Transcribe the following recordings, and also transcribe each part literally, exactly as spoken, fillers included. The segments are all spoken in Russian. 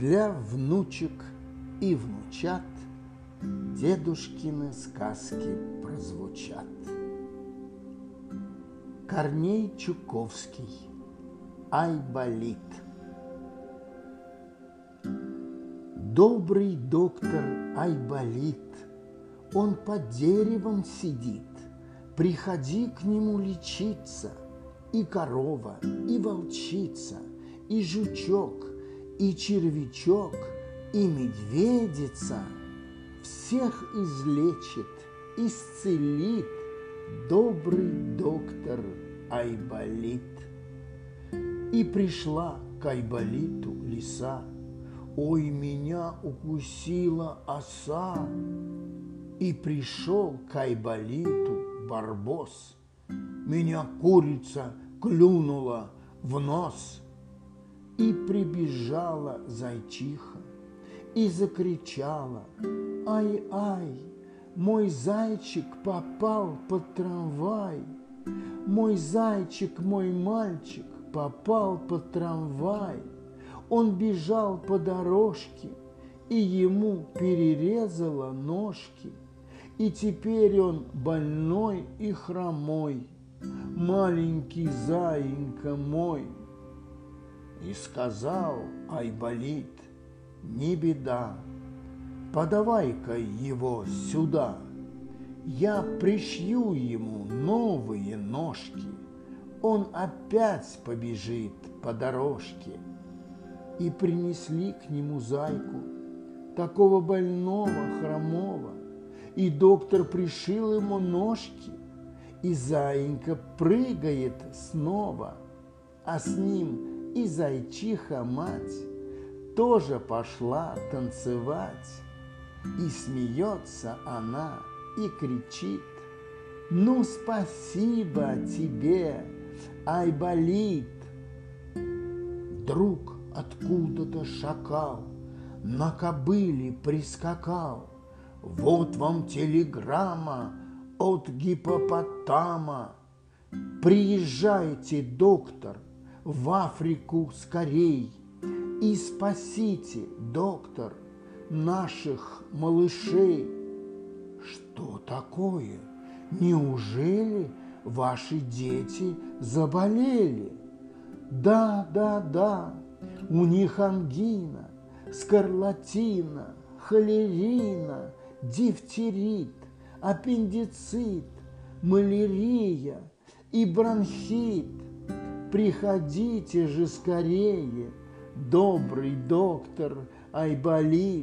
Для внучек и внучат дедушкины сказки прозвучат. Корней Чуковский. Айболит. Добрый доктор Айболит, он под деревом сидит. Приходи к нему лечиться. И корова, и волчица, и жучок, и червячок, и медведица. Всех излечит, исцелит добрый доктор Айболит. И пришла к Айболиту лиса. Ой, меня укусила оса. И пришел к Айболиту барбос. Меня курица клюнула в нос. И прибежала зайчиха и закричала: ай-ай, мой зайчик попал под трамвай. Мой зайчик, мой мальчик попал под трамвай. Он бежал по дорожке, и ему перерезало ножки. И теперь он больной и хромой, маленький заинька мой. И сказал Айболит: не беда, подавай-ка его сюда. Я пришью ему новые ножки, он опять побежит по дорожке. И принесли к нему зайку, такого больного, хромого, и доктор пришил ему ножки, и заинька прыгает снова, а с ним и зайчиха-мать тоже пошла танцевать. И смеется она и кричит: ну, спасибо тебе, Айболит. Вдруг откуда-то шакал на кобыле прискакал. Вот вам телеграмма от гиппопотама. Приезжайте, доктор, в Африку скорей и спасите, доктор, наших малышей. Что такое? Неужели ваши дети заболели? Да, да, да, у них ангина, скарлатина, холерина, дифтерит, аппендицит, малярия и бронхит. Приходите же скорее, добрый доктор Айболит.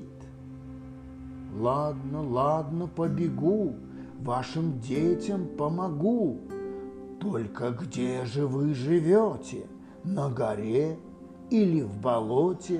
Ладно, ладно, побегу, вашим детям помогу. Только где же вы живете, на горе или в болоте?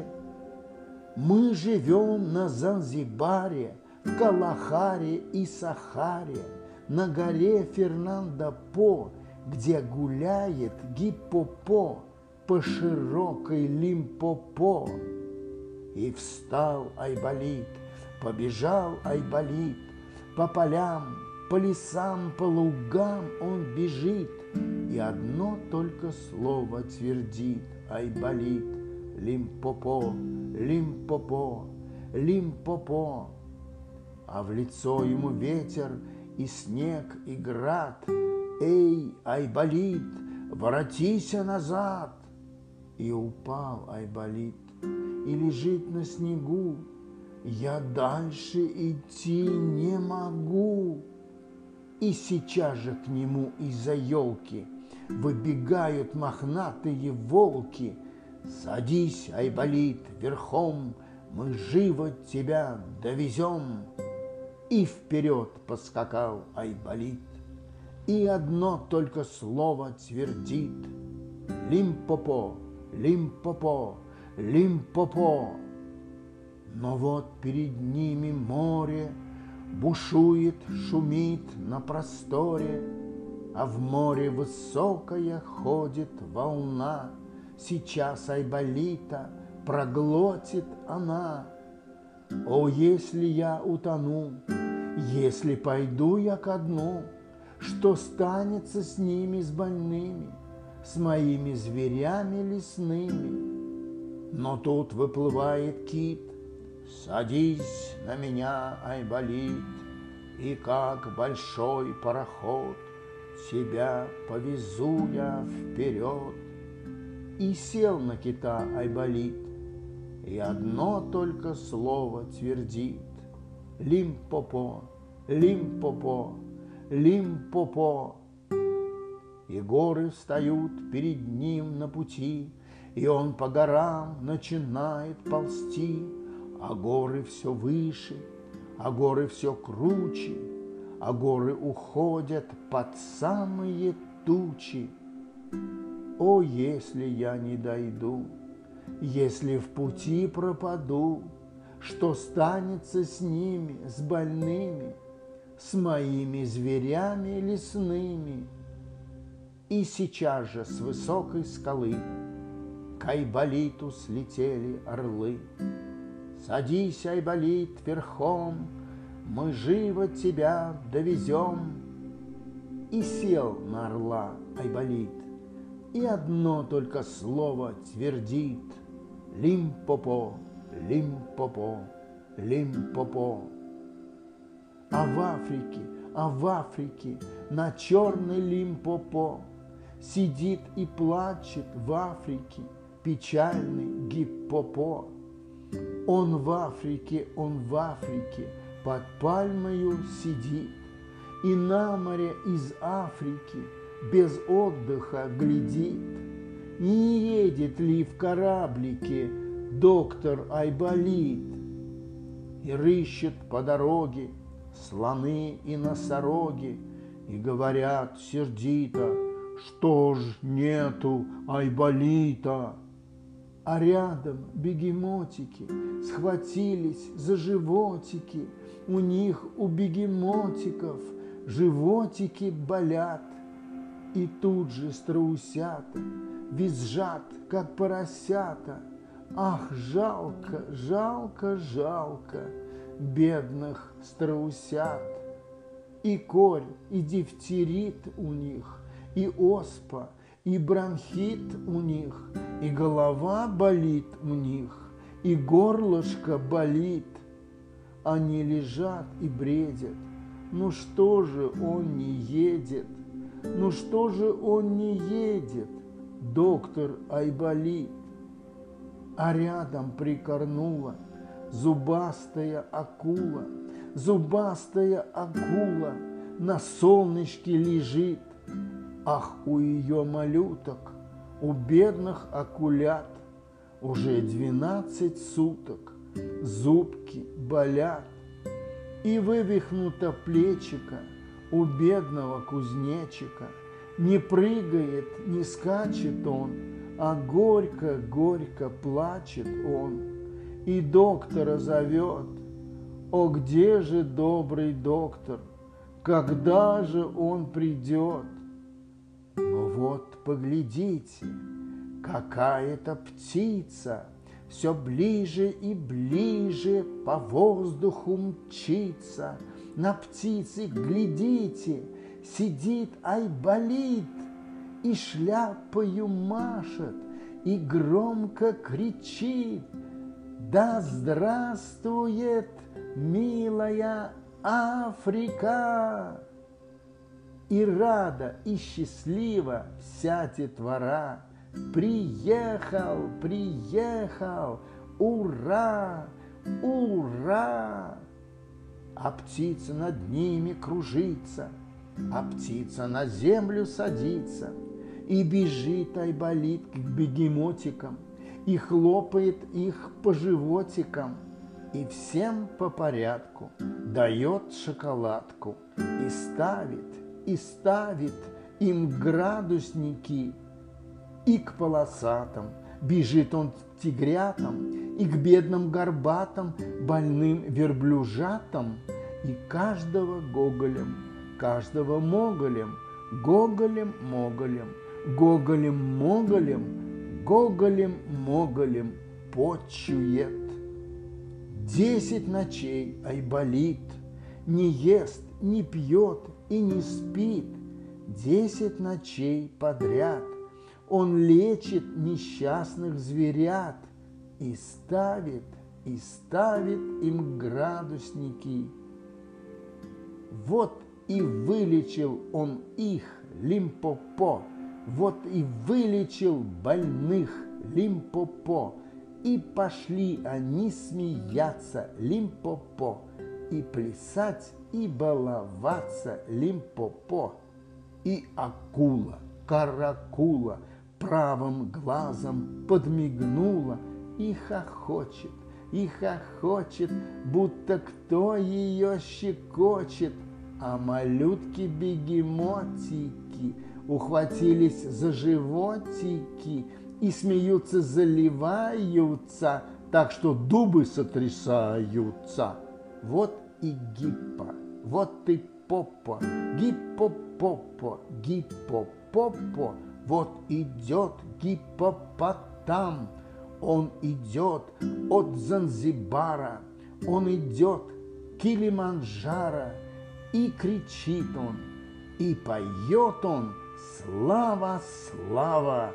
Мы живем на Занзибаре, в Калахаре и Сахаре, на горе Фернандо-По, где гуляет гиппопо по широкой Лимпопо. И встал Айболит, побежал Айболит, по полям, по лесам, по лугам он бежит, и одно только слово твердит Айболит: Лимпопо, Лимпопо, Лимпопо. А в лицо ему ветер и снег и град: эй, Айболит, воротися назад! И упал Айболит и лежит на снегу. Я дальше идти не могу. И сейчас же к нему из-за елки выбегают мохнатые волки. Садись, Айболит, верхом, мы живо тебя довезем. И вперед поскакал Айболит, и одно только слово твердит: Лимпопо, Лимпопо, Лимпопо. Но вот перед ними море бушует, шумит на просторе, а в море высокая ходит волна. Сейчас Айболита проглотит она. О, если я утону, если пойду я ко дну, что станется с ними, с больными, с моими зверями лесными? Но тут выплывает кит: «Садись на меня, Айболит, и как большой пароход тебя повезу я вперед». И сел на кита Айболит, и одно только слово твердит: «Лимпопо, Лимпопо, Лимпопо». И горы встают перед ним на пути, и он по горам начинает ползти, а горы все выше, а горы все круче, а горы уходят под самые тучи. О, если я не дойду, если в пути пропаду, что станется с ними, с больными, с моими зверями лесными? И сейчас же с высокой скалы к Айболиту слетели орлы. «Садись, Айболит, верхом, мы живо тебя довезем». И сел на орла Айболит, и одно только слово твердит: «Лимпопо, Лимпопо, Лимпопо». А в Африке, а в Африке на черной Лимпопо сидит и плачет в Африке печальный Гиппопо. Он в Африке, он в Африке под пальмою сидит, и на море из Африки без отдыха глядит. Не едет ли в кораблике доктор Айболит? И рыщет по дороге слоны и носороги, и говорят сердито: «Что ж нету Айболита?» А рядом бегемотики схватились за животики, у них, у бегемотиков, животики болят. И тут же страусята визжат, как поросята: «Ах, жалко, жалко, жалко бедных страусят!» И корь, и дифтерит у них, и оспа, и бронхит у них, и голова болит у них, и горлышко болит. Они лежат и бредят: ну что же он не едет, ну что же он не едет, доктор Айболит? А рядом прикорнула зубастая акула, зубастая акула на солнышке лежит. Ах, у ее малюток, у бедных акулят уже двенадцать суток зубки болят. И вывихнуто плечико у бедного кузнечика, не прыгает, не скачет он, а горько-горько плачет он. И доктора зовет: «О, где же добрый доктор? Когда же он придет?» Но вот поглядите, какая-то птица все ближе и ближе по воздуху мчится. На птице, глядите, сидит Айболит и шляпою машет, и громко кричит: «Да здравствует милая Африка!» И рада, и счастлива вся детвора: «Приехал, приехал! Ура! Ура!» А птица над ними кружится, а птица на землю садится, и бежит Айболит к бегемотикам, и хлопает их по животикам, и всем по порядку дает шоколадку, и ставит, и ставит им градусники. И к полосатым бежит он к тигрятам, и к бедным горбатым больным верблюжатам, и каждого гоголем, каждого моголем, гоголем-моголем, гоголем-моголем, гоголем-моголем почует. Десять ночей Айболит не ест, не пьет и не спит. Десять ночей подряд он лечит несчастных зверят, И ставит, и ставит им градусники. Вот и вылечил он их, Лимпопо, вот и вылечил больных, Лимпопо. И пошли они смеяться, Лимпопо, и плясать, и баловаться, Лимпопо. И акула, каракула, правым глазом подмигнула и хохочет, и хохочет, будто кто ее щекочет. А малютки-бегемотики ухватились за животики и смеются, заливаются, так что дубы сотрясаются. Вот и Гиппо, вот и Попо, Гиппо-Попо, Гиппо-Попо, вот идет гиппопотам. Он идет от Занзибара, он идет к Килиманджаро, и кричит он, и поет он: слава, слава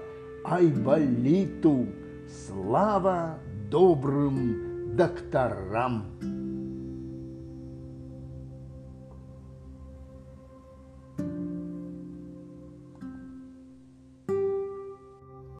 Айболиту, слава добрым докторам.